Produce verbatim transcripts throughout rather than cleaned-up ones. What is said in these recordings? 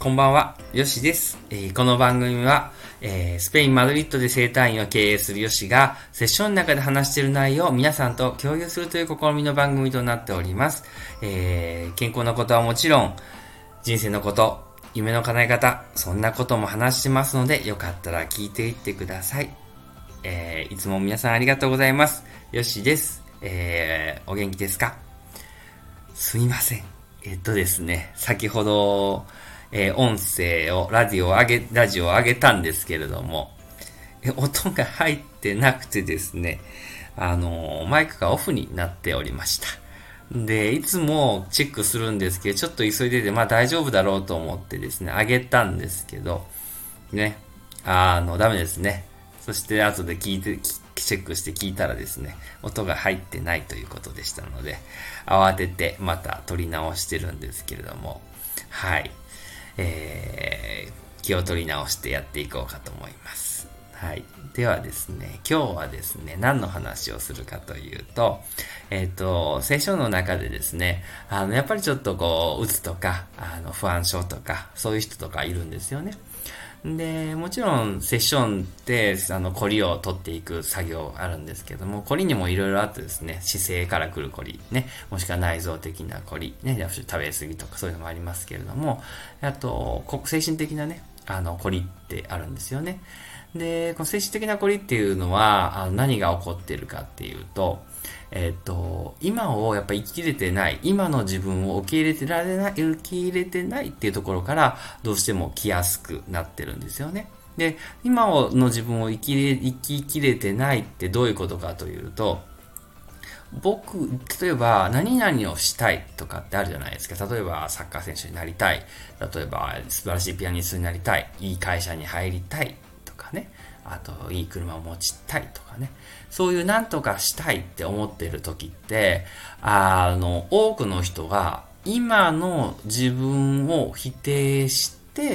こんばんは、ヨシです。えーこの番組は、えースペイン・マドリッドで生態院を経営するヨシが、セッションの中で話している内容を皆さんと共有するという試みの番組となっております。えー健康のことはもちろん、人生のこと、夢の叶え方、そんなことも話してますので、よかったら聞いていってください。えーいつも皆さんありがとうございます。ヨシです。えーお元気ですか？すみません。えっとですね、先ほど、えー音声を、ラジオを上げ、ラジオを上げたんですけれども、え音が入ってなくてですね、あのーマイクがオフになっておりました。で、いつもチェックするんですけど、ちょっと急いでて、まあ大丈夫だろうと思ってですね、上げたんですけど、ね、あの、ダメですね。そして後で聞いて、チェックして聞いたらですね、音が入ってないということでしたので、慌ててまた撮り直してるんですけれども、はい。えー、気を取り直してやっていこうかと思います。はい。ではですね、今日はですね、何の話をするかというと、えっ、と、聖書の中でですね、あの、やっぱりちょっとこう、うつとか、あの、不安症とか、そういう人とかいるんですよね。で、もちろんセッションって、あの、コリを取っていく作業あるんですけども、コリにもいろいろあってですね、姿勢から来るコリ、ね、もしくは内臓的なコリ、ね、食べ過ぎとかそういうのもありますけれども、あと、精神的なね、あの、コリってあるんですよね。で、この精神的なコリっていうのは、あの何が起こっているかっていうと、えっと、今をやっぱ生ききれてない、今の自分を受け入れてられない、受け入れてないっていうところから、どうしても来やすくなってるんですよね。で、今の自分を生きれ、生ききれてないってどういうことかというと、僕、例えば、何々をしたいとかってあるじゃないですか。例えば、サッカー選手になりたい。例えば、素晴らしいピアニストになりたい。いい会社に入りたい。とかね。あと、いい車を持ちたいとかね。そういうなんとかしたいって思ってる時って、あの、多くの人が、今の自分を否定して、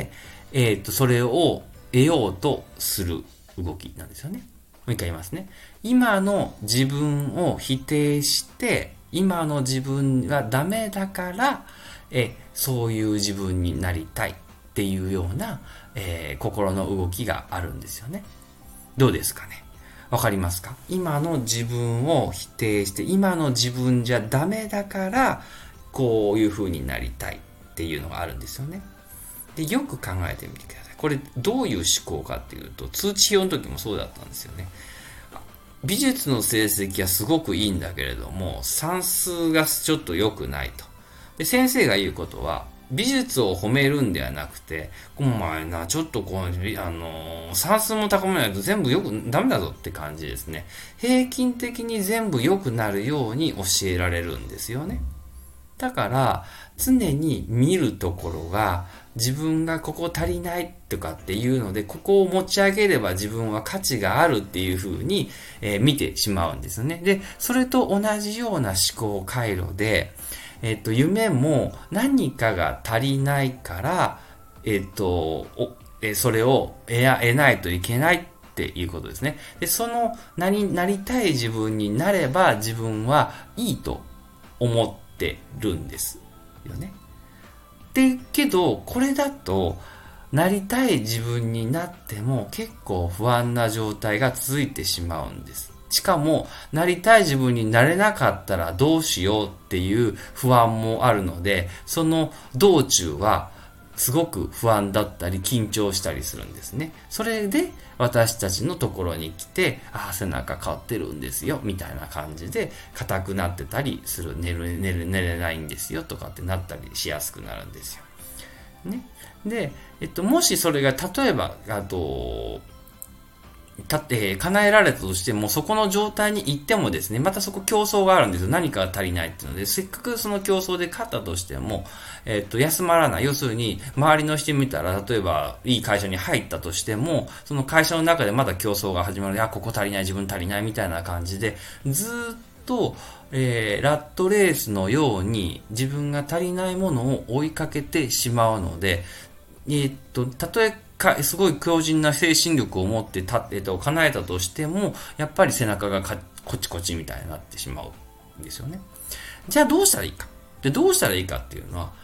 えっと、それを得ようとする動きなんですよね。もう一回言いますね。今の自分を否定して、今の自分がダメだから、え、そういう自分になりたいっていうような、えー心の動きがあるんですよね。どうですかね。わかりますか？今の自分を否定して、今の自分じゃダメだから、こういう風になりたいっていうのがあるんですよね。で、よく考えてみてください。これどういう思考かっていうと、通知表の時もそうだったんですよね。美術の成績はすごくいいんだけれども、算数がちょっと良くないと。で、先生が言うことは、美術を褒めるんではなくて、お前な、ちょっとこう、あのー算数も高めないと全部よく、ダメだぞって感じですね。平均的に全部良くなるように教えられるんですよね。だから、常に見るところが、自分がここ足りないとかっていうので、ここを持ち上げれば自分は価値があるっていう風に、えー見てしまうんですよね。で、それと同じような思考回路で、えっと、夢も何かが足りないから、えっと、おえーそれを得や得ないといけないっていうことですね。で、その、なり、なりたい自分になれば自分はいいと思ってるんですよね。で、けど、これだと、なりたい自分になっても結構不安な状態が続いてしまうんです。しかも、なりたい自分になれなかったらどうしようっていう不安もあるので、その道中はすごく不安だったり緊張したりするんですね。それで私たちのところに来て、ああ、背中変わってるんですよ、みたいな感じで硬くなってたりする、寝る、寝る、寝れないんですよとかってなったりしやすくなるんですよ。ね。で、えっと、もしそれが例えば、あと、たって、叶えられたとしても、そこの状態に行ってもですね、またそこ競争があるんですよ。何かが足りないっていうので、せっかくその競争で勝ったとしても、えっと、休まらない。要するに、周りの人見たら、例えば、いい会社に入ったとしても、その会社の中でまだ競争が始まる。あ、ここ足りない、自分足りない、みたいな感じで、ずーっと、えー、ラットレースのように、自分が足りないものを追いかけてしまうので、えーっと、たとえか、すごい強靭な精神力を持ってた、えっと、叶えたとしても、やっぱり背中がかこちこちみたいになってしまうんですよね。じゃあどうしたらいいか。で、どうしたらいいかっていうのは、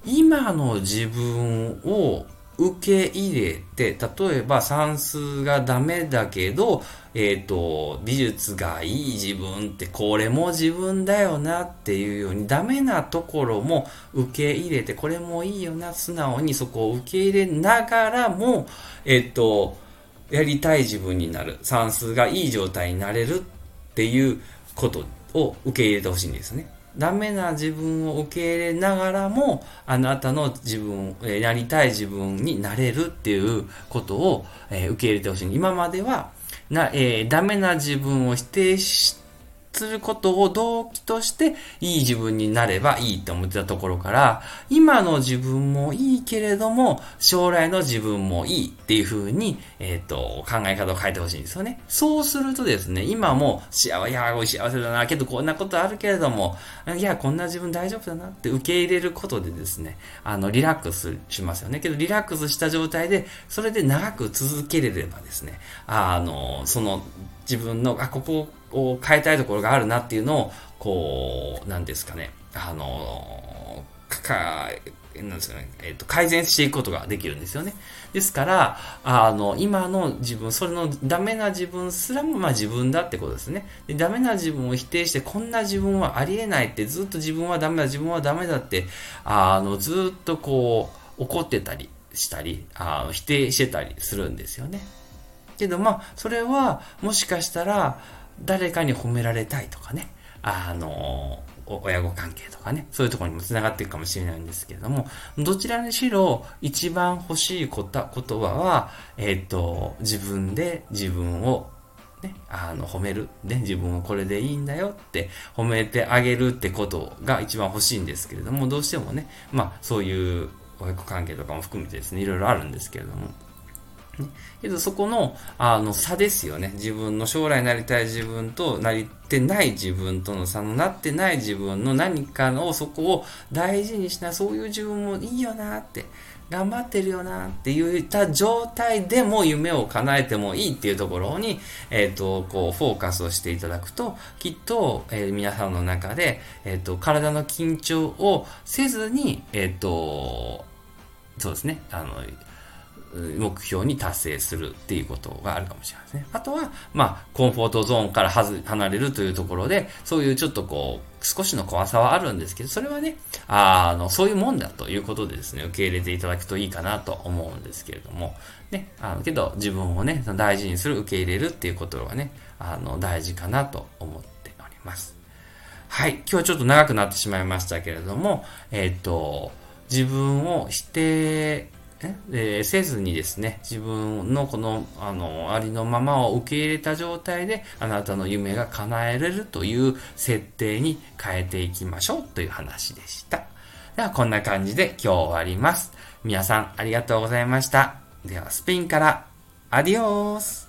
今の自分を受け入れて、例えば算数がダメだけど、えっと、美術がいい自分ってこれも自分だよなっていうように、ダメなところも受け入れて、これもいいよな、素直にそこを受け入れながらも、えっと、やりたい自分になる。算数がいい状態になれるっていうことを受け入れてほしいんですね。ダメな自分を受け入れながらも、あなたの自分、えー、なりたい自分になれるっていうことを、えー、受け入れてほしい。今までは、な、えー、ダメな自分を否定しすることを動機としていい自分になればいいと思ってたところから、今の自分もいいけれども将来の自分もいいっていう風に、えっと、考え方を変えてほしいんですよね。そうするとですね、今も幸せ、いや、幸せだな、けどこんなことあるけれども、いや、こんな自分大丈夫だなって受け入れることでですね、あの、リラックスしますよね。けどリラックスした状態で、それで長く続けれればですね、あの、その、自分の、あ、ここを変えたいところがあるなっていうのを、こう、なんですかね、あの、か、なんですかね、えっと、改善していくことができるんですよね。ですから、あの、今の自分、それのダメな自分すらも、まあ自分だってことですね。で、ダメな自分を否定して、こんな自分はありえないって、ずっと自分はダメだ、自分はダメだって、あの、ずっとこう、怒ってたりしたり、あの、否定してたりするんですよね。けどまあ、それは、もしかしたら、誰かに褒められたいとかね、あの、親子関係とかね、そういうところにも繋がっていくかもしれないんですけれども、どちらにしろ、一番欲しいこと、言葉は、えっと、自分で自分を、ね、あの、褒める。ね、自分をこれでいいんだよって褒めてあげるってことが一番欲しいんですけれども、どうしてもね、まあ、そういう親子関係とかも含めてですね、いろいろあるんですけれども、ね、けどそこの、あの差ですよね。自分の将来なりたい自分となりてない自分との差のなってない自分の何かのそこを大事にしな、そういう自分もいいよなって、頑張ってるよなって言った状態でも夢を叶えてもいいっていうところに、えっと、こう、フォーカスをしていただくと、きっと、えー、皆さんの中で、えっと、体の緊張をせずに、えっと、そうですね、あの、目標に達成するっていうことがあるかもしれないですね。あとは、まあ、コンフォートゾーンから離れるというところで、そういうちょっとこう、少しの怖さはあるんですけど、それはね、あの、そういうもんだということでですね、受け入れていただくといいかなと思うんですけれども、ね、あの、けど自分をね、大事にする、受け入れるっていうことがね、あの、大事かなと思っております。はい、今日はちょっと長くなってしまいましたけれども、えっと、自分を否定、えー、せずにですね、自分のこの、あの、ありのままを受け入れた状態で、あなたの夢が叶えれるという設定に変えていきましょうという話でした。では、こんな感じで今日終わります。皆さんありがとうございました。では、スペインから、アディオース。